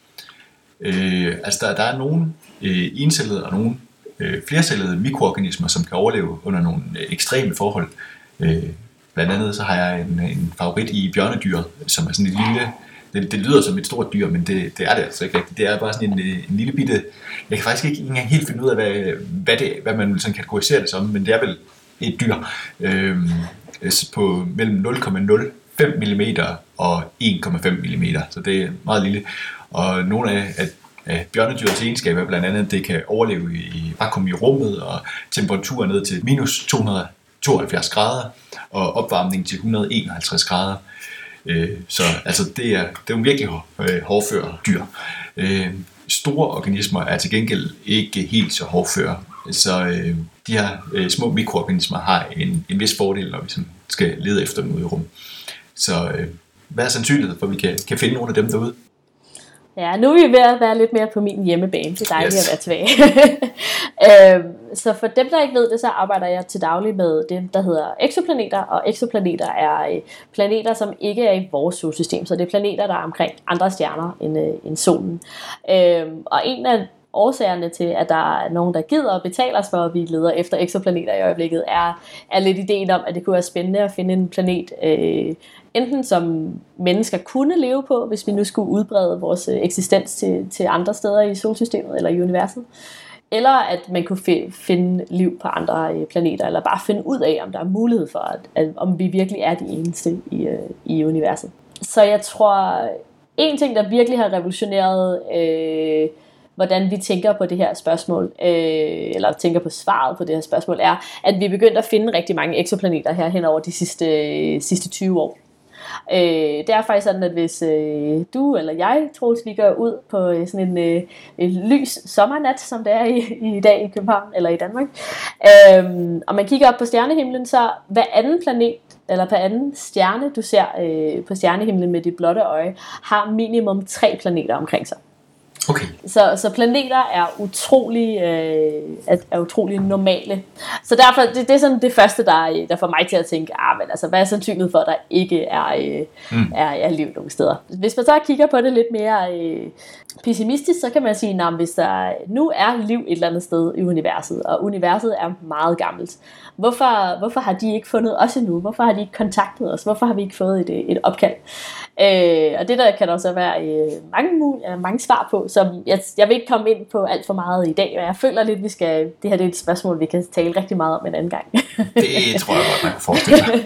S1: Øh, altså der, der er nogle øh, encellede og nogle øh, flercellede mikroorganismer, som kan overleve under nogle øh, ekstreme forhold. Øh, blandt andet så har jeg en, en favorit i bjørnedyret, som er sådan et lille... Det, det lyder som et stort dyr, men det, det er det altså ikke rigtigt. Det er bare sådan en, en lille bitte... Jeg kan faktisk ikke engang helt finde ud af, hvad, hvad, det, hvad man sådan kategoriserer det som, men det er vel et dyr øh, på mellem nul komma nul fem millimeter og en komma fem millimeter, så det er meget lille. Og nogle af, af, af bjørnedyrets egenskaber er blandt andet, at det kan overleve i vakuum i rummet og temperaturer ned til minus to hundrede tooghalvfjerds grader og opvarmning til et hundrede enoghalvtreds grader. Så altså, det er, det er jo virkelig hårdføre dyr. Store organismer er til gengæld ikke helt så hårdføre, så de her små mikroorganismer har en, en vis fordel, når vi sådan skal lede efter dem ude i rummet. Så hvad er sandsynligheden for, at vi kan, kan finde nogle af dem derude?
S2: Ja, nu er vi ved at være lidt mere på min hjemmebane. Det er dejligt yes. at være tilbage. øhm, så for dem, der ikke ved det, så arbejder jeg til daglig med det, der hedder eksoplaneter. Og eksoplaneter er planeter, som ikke er i vores solsystem. Så det er planeter, der er omkring andre stjerner end, øh, end solen. Øhm, og en af årsagerne til, at der er nogen, der gider og betaler os for, at vi leder efter eksoplaneter i øjeblikket, er, er lidt ideen om, at det kunne være spændende at finde en planet, øh, enten som mennesker kunne leve på, hvis vi nu skulle udbrede vores eksistens til, til andre steder i solsystemet eller i universet, eller at man kunne f- finde liv på andre planeter, eller bare finde ud af, om der er mulighed for, at, at om vi virkelig er de eneste i, øh, i universet. Så jeg tror, en ting, der virkelig har revolutioneret øh, hvordan vi tænker på det her spørgsmål, øh, eller tænker på svaret på det her spørgsmål, er, at vi er begyndt at finde rigtig mange eksoplaneter her hen over de sidste, øh, sidste tyve år. Øh, det er faktisk sådan, at hvis øh, du eller jeg, Troels, vi går ud på øh, sådan en, øh, en lys sommernat, som det er i, i dag i København eller i Danmark, øh, og man kigger op på stjernehimlen, så hver anden planet, eller per anden stjerne, du ser øh, på stjernehimlen med dit blotte øje, har minimum tre planeter omkring sig.
S1: Okay.
S2: Så, så planeter er utrolig, øh, er, er utrolig normale. Så derfor, det, det er sådan det første, der, der får mig til at tænke, ah, men altså, hvad er sandsynligheden for, at der ikke er, øh, mm. er, er liv nogle steder? Hvis man så kigger på det lidt mere øh, pessimistisk, så kan man sige, at hvis der nu er liv et eller andet sted i universet, og universet er meget gammelt, hvorfor, hvorfor har de ikke fundet os endnu? Hvorfor har de ikke kontaktet os? Hvorfor har vi ikke fået et, et opkald? Øh, og det der kan der også være øh, mange, mange svar på, så jeg, jeg vil ikke komme ind på alt for meget i dag, og jeg føler lidt, vi skal, det her det er et spørgsmål, vi kan tale rigtig meget om en anden gang.
S1: Det tror jeg godt, man kan forestille sig.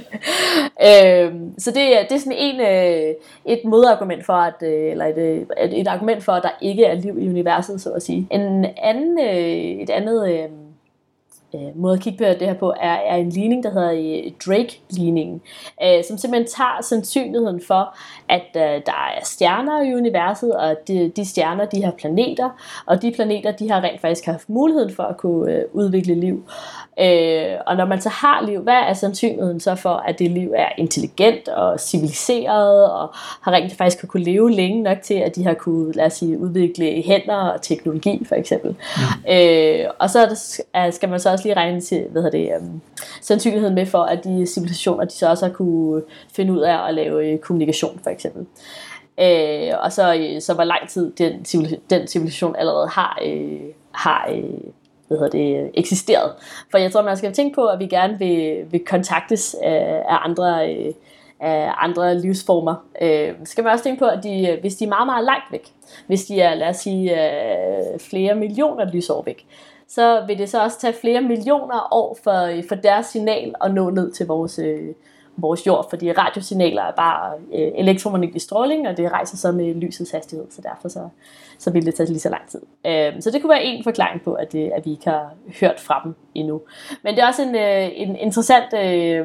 S2: øh, så det, det er sådan en, øh, et modargument for, at, øh, eller et, et, et argument for, at der ikke er liv i universet, så at sige. En anden, øh, et andet... Øh, øh, måde at kigge på det her på, er, er en ligning, der hedder øh, Drake-ligningen, øh, som simpelthen tager sandsynligheden for, at øh, der er stjerner i universet, og de, de stjerner, de har planeter, og de planeter, de har rent faktisk haft muligheden for at kunne øh, udvikle liv. Øh, og når man så har liv, hvad er sandsynligheden så for, at det liv er intelligent og civiliseret, og har rent faktisk kunne leve længe nok til, at de har kunne, lad os sige, udvikle hænder og teknologi, for eksempel. Mm. Øh, og så er det, skal man så også lige regne til, hvad hedder det, um, sandsynligheden med for, at de civilisationer, de så også har kunne finde ud af at lave uh, kommunikation, for eksempel. Øh, og så, så hvor lang tid den, civil, den civilisation allerede har, øh, har øh, hvad hedder det, eksisteret. For jeg tror, man skal tænke på, at vi gerne vil, vil kontaktes af, af andre øh, af andre livsformer. Øh, skal man også tænke på, at de, hvis de er meget, meget langt væk, hvis de er, lad os sige, øh, flere millioner lysår væk, så vil det så også tage flere millioner år for, for deres signal at nå ned til vores, øh, vores jord, fordi radiosignaler er bare øh, elektromagnetisk stråling, og det rejser så med lysets hastighed, så derfor så, så vil det tage lige så lang tid. Øh, så det kunne være en forklaring på, at, det, at vi ikke har hørt fra dem endnu. Men det er også en, øh, en interessant... Øh,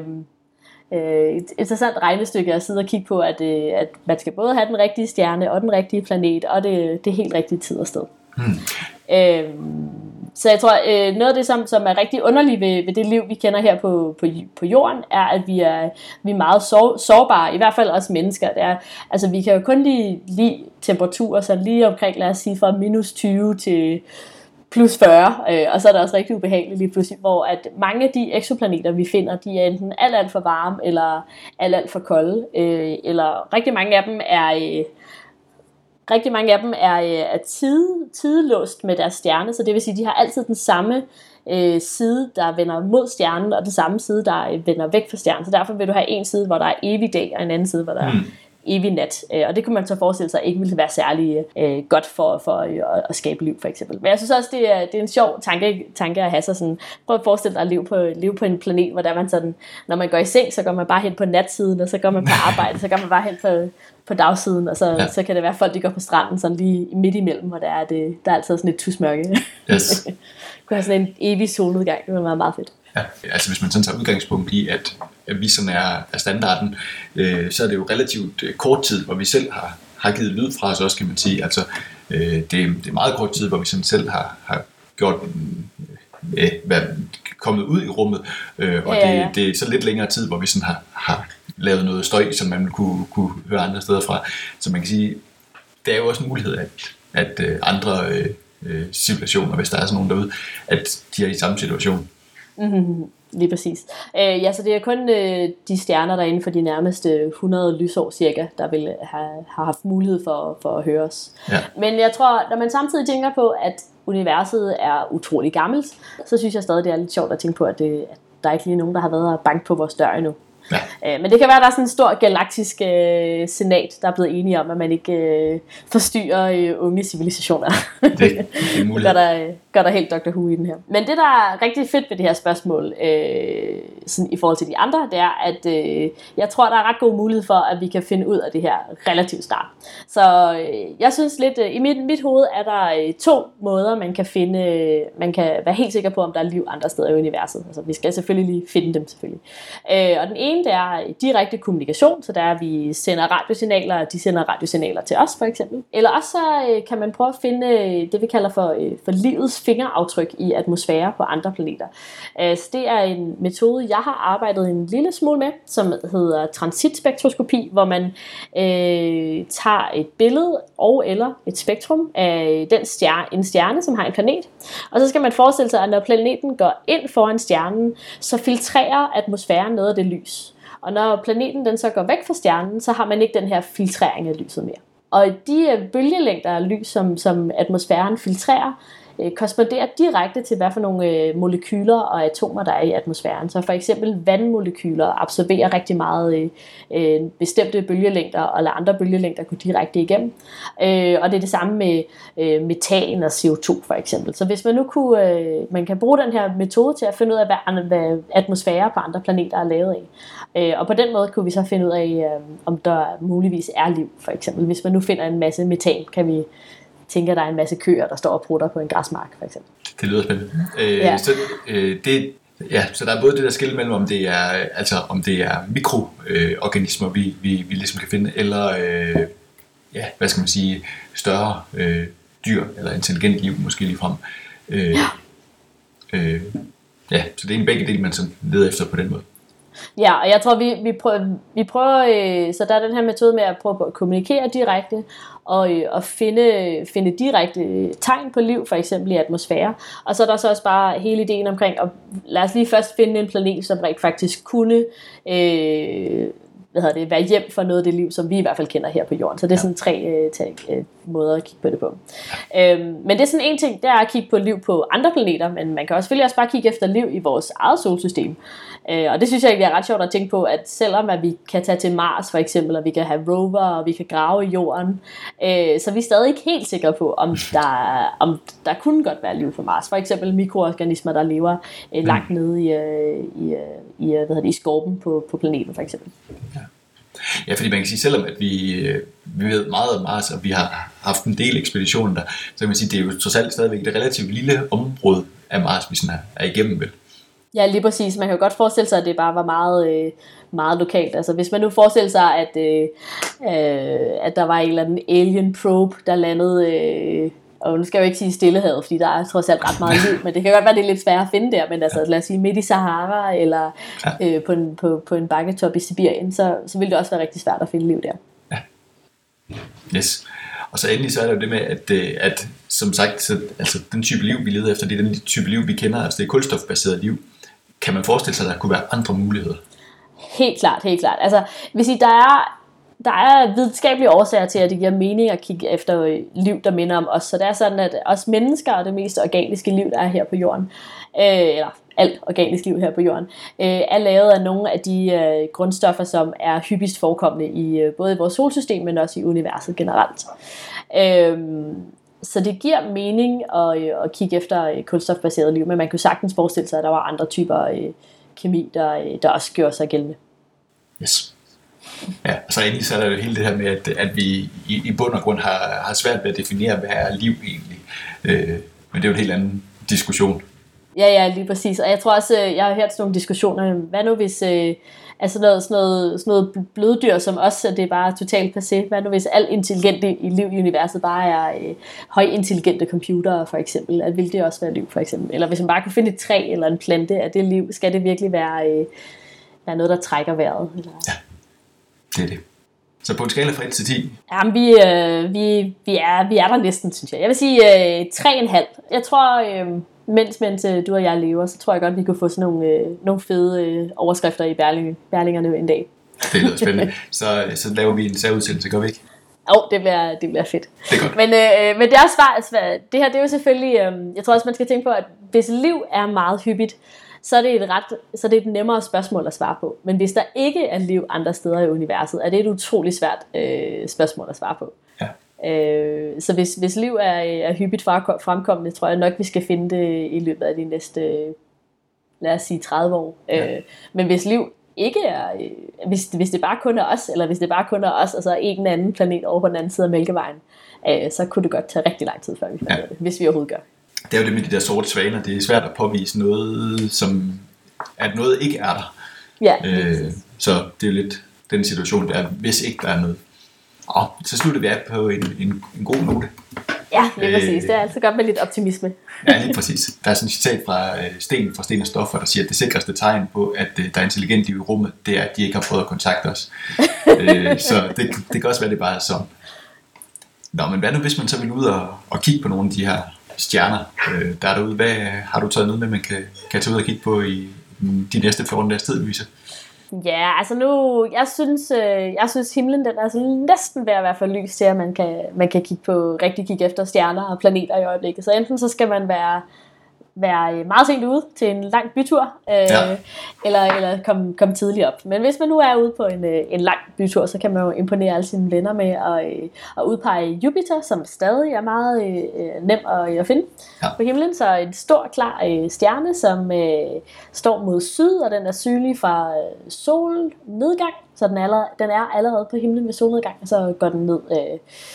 S2: et interessant regnestykke at sidde og kigge på, at, at man skal både have den rigtige stjerne og den rigtige planet, og det, det helt rigtige tid og sted. Hmm. Øhm, så jeg tror, noget af det, som, som er rigtig underligt ved, ved det liv, vi kender her på, på, på jorden, er, at vi er, vi er meget sår, sårbare, i hvert fald os mennesker. Det er, altså, vi kan jo kun lide, lide temperaturer, så lige omkring, lad os sige, fra minus tyve til plus fyrre, øh, og så er det også rigtig ubehageligt lige pludselig, hvor at mange af de eksoplaneter, vi finder, de er enten alt, alt for varme, eller alt, alt for kolde, øh, eller rigtig mange af dem er, øh, rigtig mange af dem er, øh, er tid, tidlåst med deres stjerne, så det vil sige, at de har altid den samme øh, side, der vender mod stjernen, og den samme side, der vender væk fra stjernen, så derfor vil du have en side, hvor der er evig dag, og en anden side, hvor der er mm. evig nat, og det kunne man så forestille sig ikke ville være særlig øh, godt for, for øh, at skabe liv, for eksempel. Men jeg synes også, det er, det er en sjov tanke, tanke at have sig sådan, prøv at forestille dig at leve på, leve på en planet, hvor der man sådan, når man går i seng, så går man bare hen på natsiden, og så går man på arbejde, så går man bare hen på, på dagsiden, og så, ja. så kan det være folk, de går på stranden sådan lige midt imellem, hvor der er, det, der er altid sådan et tusmørke. Yes. Kunne have sådan en evig solnedgang, det var meget fedt.
S1: Ja, altså hvis man sådan tager udgangspunkt i, at, at vi sådan er, er standarden, øh, så er det jo relativt øh, kort tid, hvor vi selv har, har givet lyd fra os også, kan man sige. Altså, øh, det, det er meget kort tid, hvor vi sådan selv har, har gjort, øh, været kommet ud i rummet, øh, og ja, ja, ja. Det, det er så lidt længere tid, hvor vi sådan har, har lavet noget støj, som man kunne, kunne høre andre steder fra. Så man kan sige, det er jo også en mulighed, at, at øh, andre øh, civilisationer, hvis der er sådan nogen derude, at de er i samme situation.
S2: Mm-hmm. Lige præcis. Øh, ja, så det er kun øh, de stjerner, der inden for de nærmeste hundrede lysår cirka, der vil have, have haft mulighed for, for at høre os. Ja. Men jeg tror, når man samtidig tænker på, at universet er utrolig gammelt, så synes jeg stadig, det er lidt sjovt at tænke på, at, det, at der er ikke lige nogen, der har været og banke på vores dør endnu. Ja. Øh, men det kan være, at der er sådan en stor galaktisk øh, senat, der er blevet enige om, at man ikke øh, forstyrrer øh, unge civilisationer. Det, det er muligt. gør, der, gør der helt doktor Who i den her. Men det, der er rigtig fedt ved det her spørgsmål, øh, sådan i forhold til de andre, det er, at øh, jeg tror, der er ret god mulighed for, at vi kan finde ud af det her relativt snart. Så øh, jeg synes lidt, øh, i mit, mit hoved er der øh, to måder, man kan finde, øh, man kan være helt sikker på, om der er liv andre steder i universet. Altså, vi skal selvfølgelig lige finde dem, selvfølgelig. Øh, og den ene, det er direkte kommunikation, så der er, at vi sender radiosignaler, og de sender radiosignaler til os, for eksempel. Eller også så øh, kan man prøve at finde øh, det, vi kalder for, øh, for livets fingeraftryk i atmosfære på andre planeter. Øh, så det er en metode, jeg har arbejdet en lille smule med, som hedder transitspektroskopi, hvor man øh, tager et billede og eller et spektrum af den stjerne, en stjerne, som har en planet. Og så skal man forestille sig, at når planeten går ind foran stjernen, så filtrerer atmosfæren noget af det lys. Og når planeten den så går væk fra stjernen, så har man ikke den her filtrering af lyset mere. Og de bølgelængder af lys, som, som atmosfæren filtrerer, øh, korresponderer direkte til, hvad for nogle øh, molekyler og atomer, der er i atmosfæren. Så for eksempel vandmolekyler absorberer rigtig meget øh, bestemte bølgelængder, og lader andre bølgelængder gå direkte igennem. Øh, og det er det samme med øh, metan og C O to for eksempel. Så hvis man nu kunne, øh, man kan bruge den her metode til at finde ud af, hvad, hvad atmosfære på andre planeter er lavet af. Øh, og på den måde kunne vi så finde ud af, øh, om der muligvis er liv, for eksempel. Hvis man nu finder en masse metan, kan vi tænker, der er en masse køer, der står og prutter på en græsmark, for eksempel.
S1: Det lyder spændende. Øh, ja. Så, øh, det, ja, så der er både det der skil mellem, om det er, altså, om det er mikroorganismer, øh, vi, vi, vi ligesom kan finde, eller øh, ja, hvad skal man sige, større øh, dyr, eller intelligent liv, måske ligefrem. Øh, ja. Øh, ja, så det er en begge del, man sådan leder efter på den måde.
S2: Ja, og jeg tror, vi, vi prøver, vi prøver øh, så der er den her metode med at prøve at kommunikere direkte, og, øh, og finde, finde direkte tegn på liv, for eksempel i atmosfære. Og så er der så også bare hele ideen omkring, og lad os lige først finde en planet, som rent faktisk kunne øh, hvad hedder det, være hjem for noget af det liv, som vi i hvert fald kender her på jorden. Så det er sådan tre, øh, tre øh, måder at kigge på det på. Øhm, men det er sådan en ting, det er at kigge på liv på andre planeter, men man kan også selvfølgelig også bare kigge efter liv i vores eget solsystem. Øh, og det synes jeg egentlig er ret sjovt at tænke på, at selvom at vi kan tage til Mars for eksempel, og vi kan have rover, og vi kan grave i jorden, øh, så er vi stadig ikke helt sikre på, om der, om der kunne godt være liv på Mars. For eksempel mikroorganismer, der lever øh, langt nede i, øh, i, i, hvad hedder det, i skorpen på, på planeten for eksempel.
S1: Ja. Ja, fordi man kan sige, selvom at vi, vi ved meget om Mars, og vi har haft en del ekspeditioner der, så kan man sige, det er jo trods alt stadigvæk et relativt lille område af Mars, vi sådan er, er igennem vel.
S2: Ja, lige præcis. Man kan jo godt forestille sig, at det bare var meget, øh, meget lokalt. Altså hvis man nu forestiller sig, at, øh, øh, at der var en eller anden alien probe, der landede, øh, og nu skal jeg jo ikke sige Stillehavet, fordi der er trods alt ret meget liv, men det kan godt være, det er lidt svært at finde der, men altså lad os sige midt i Sahara, eller øh, på, en, på, på en bakketop i Sibirien, så, så ville det også være rigtig svært at finde liv der.
S1: Ja. Yes. Og så endelig så er det jo det med, at, at som sagt, så, altså den type liv, vi leder efter, det er den type liv, vi kender, altså det er kulstofbaseret liv. Kan man forestille sig, at der kunne være andre muligheder?
S2: Helt klart, helt klart. Altså, hvis I, der er der er videnskabelige årsager til, at det giver mening at kigge efter liv, der minder om os. Så det er sådan, at os mennesker og det mest organiske liv, der er her på jorden, øh, eller alt organisk liv her på jorden, øh, er lavet af nogle af de øh, grundstoffer, som er hyppigst forekommende i øh, både i vores solsystem, men også i universet generelt. Øh, Så det giver mening at, at kigge efter kulstofbaseret liv, men man kunne sagtens forestille sig, at der var andre typer øh, kemi, der, der også gjorde sig gældende.
S1: Yes. Ja, og så endelig så er der jo hele det her med, at, at vi i, i bund og grund har, har svært ved at definere, hvad er liv egentlig. Øh, men det er jo en helt anden diskussion.
S2: Ja, ja, lige præcis. Og jeg tror også, jeg har hørt sådan nogle diskussioner, hvad nu hvis øh, altså noget, sådan, noget, sådan noget bløddyr som os, det er bare totalt passé. Hvad nu hvis alt intelligent i liv i universet bare er øh, højintelligente computere for eksempel? At vil det også være liv for eksempel? Eller hvis man bare kunne finde et træ eller en plante, er det liv? Skal det virkelig være, øh, være noget, der trækker vejret? Eller?
S1: Ja, det er det. Så på en skala fra et til ti?
S2: Jamen, vi, øh, vi, vi, er, vi er der næsten, synes jeg. Jeg vil sige øh, tre komma fem. Jeg tror, øh, mens, mens øh, du og jeg lever, så tror jeg godt, vi kunne få sådan nogle, øh, nogle fede øh, overskrifter i Berling, Berlingerne en dag.
S1: Det lyder spændende. Så, så laver vi en særudsendelse, gør vi ikke?
S2: Jo, oh, det bliver, det bliver fedt.
S1: Det er godt.
S2: Men, øh, men det er svært, svært. Det her, det er jo selvfølgelig, øh, jeg tror også, man skal tænke på, at hvis liv er meget hyppigt, så er det et ret, så er det et nemmere spørgsmål at svare på. Men hvis der ikke er liv andre steder i universet, er det et utroligt svært øh, spørgsmål at svare på.
S1: Ja.
S2: Øh, så hvis, hvis liv er, er hyppigt fremkommende, tror jeg nok, vi skal finde det i løbet af de næste, lad os sige, tredive år. Ja. Øh, men hvis liv ikke er, øh, hvis, hvis det bare kun er os, eller hvis det bare kun er os, og så en anden planet over på den anden side af Mælkevejen, øh, så kunne det godt tage rigtig lang tid, før vi finder ja. det, hvis vi overhovedet gør.
S1: Det er jo det med de der sorte svaner. Det er svært at påvise noget, som at noget ikke er der.
S2: Ja,
S1: øh, så det er jo lidt den situation, der er, hvis ikke der er noget. Og så slutter vi af på en, en, en god note.
S2: Ja, lige præcis. Det er altid godt med lidt optimisme.
S1: Ja, lige præcis. Der er sådan et citat fra Sten, fra Sten og Stoffer, der siger, at det sikreste tegn på, at der er intelligent liv i rummet, det er, at de ikke har prøvet at kontakte os. øh, så det, det kan også være, det bare er sådan. Nå, men hvad nu, hvis man så vil ud og, og kigge på nogle af de her stjerner, øh, der er derude? Hvad har du taget noget med, man kan, kan tage ud og kigge på i de næste fjorten dages tid, Louise?
S2: Ja, altså nu, jeg synes, øh, jeg synes himlen, den er sådan næsten ved at være for lys til, at man kan, man kan kigge på, rigtig kigge efter stjerner og planeter i øjeblikket. Så enten så skal man være, være meget sent ude til en lang bytur, øh, ja. eller, eller komme kom tidligt op. Men hvis man nu er ude på en, en lang bytur, så kan man jo imponere alle sine venner med at, at udpege Jupiter, som stadig er meget øh, nem at, at finde ja. på himlen. Så en stor, klar øh, stjerne, som øh, står mod syd, og den er synlig fra øh, solnedgang. Så den er, allerede, den er allerede på himlen ved solnedgang, og så går den ned øh,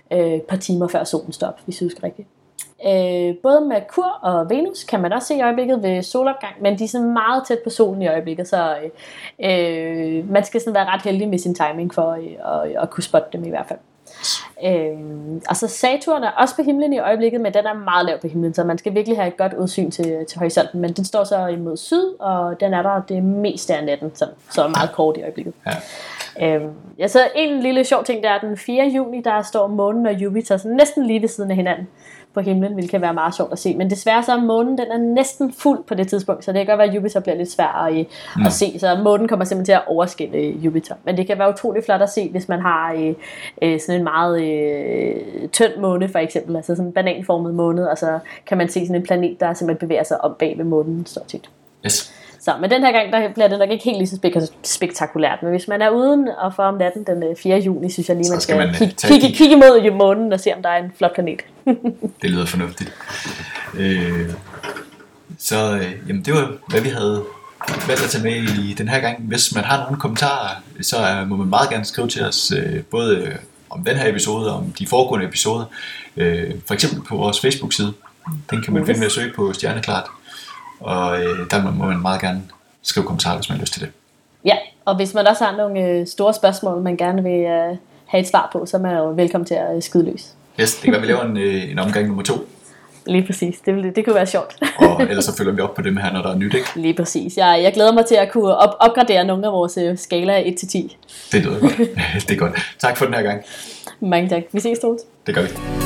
S2: øh, et par timer før solen står op, hvis jeg husker rigtigt. Øh, både Merkur og Venus kan man også se i øjeblikket ved solopgang, men de er sådan meget tæt på solen i øjeblikket, så øh, man skal sådan være ret heldig med sin timing for øh, at, at kunne spotte dem i hvert fald. Øh, og så Saturn er også på himlen i øjeblikket, men den er meget lav på himlen, så man skal virkelig have et godt udsyn til, til horisonten, men den står så imod syd, og den er der det meste af natten, så, så er meget kort i øjeblikket. Ja. Øhm, ja, så en lille sjov ting, der er den fjerde juni, der står månen og Jupiter så næsten lige ved siden af hinanden på himlen, hvilket kan være meget sjovt at se, men desværre så er månen, den er næsten fuld på det tidspunkt, så det kan godt være, at Jupiter bliver lidt svær at, mm. at se, så månen kommer simpelthen til at overskille Jupiter, men det kan være utrolig flot at se, hvis man har øh, øh, sådan en meget øh, tynd måne for eksempel, altså sådan en bananformet måne, og så kan man se sådan en planet, der simpelthen bevæger sig om bag ved månen, stort set.
S1: Yes.
S2: Så, men den her gang, der bliver det nok ikke helt lige så spek- spektakulært. Men hvis man er uden og for om natten den fjerde juni, synes jeg lige, man skal, skal man kigge, kigge, kigge imod månen og se, om der er en flot planet.
S1: Det lyder fornuftigt. Øh, så øh, jamen, det var, hvad vi havde valgt at tage med i den her gang. Hvis man har nogle kommentarer, så øh, må man meget gerne skrive til os, øh, både øh, om den her episode og om de foregående episoder. Øh, for eksempel på vores Facebook-side. Den kan man finde ved at søge på Stjerneklart. Og øh, der må man meget gerne skrive kommentarer, hvis man har lyst til det.
S2: Ja, og hvis man også har nogle øh, store spørgsmål, man gerne vil øh, have et svar på, så er man jo velkommen til at øh, skyde løs.
S1: Yes, det kan være, vi laver en, øh, en omgang nummer to.
S2: Lige præcis, det, det kunne være sjovt.
S1: Og ellers så følger vi op på det med her, når der er nyt, ikke?
S2: Lige præcis, jeg, jeg glæder mig til at kunne op- opgradere nogle af vores øh, skala et til ti.
S1: Det lyder godt. Det er godt. Tak for den her gang.
S2: Mange tak. Vi ses, Troels.
S1: Det gør vi.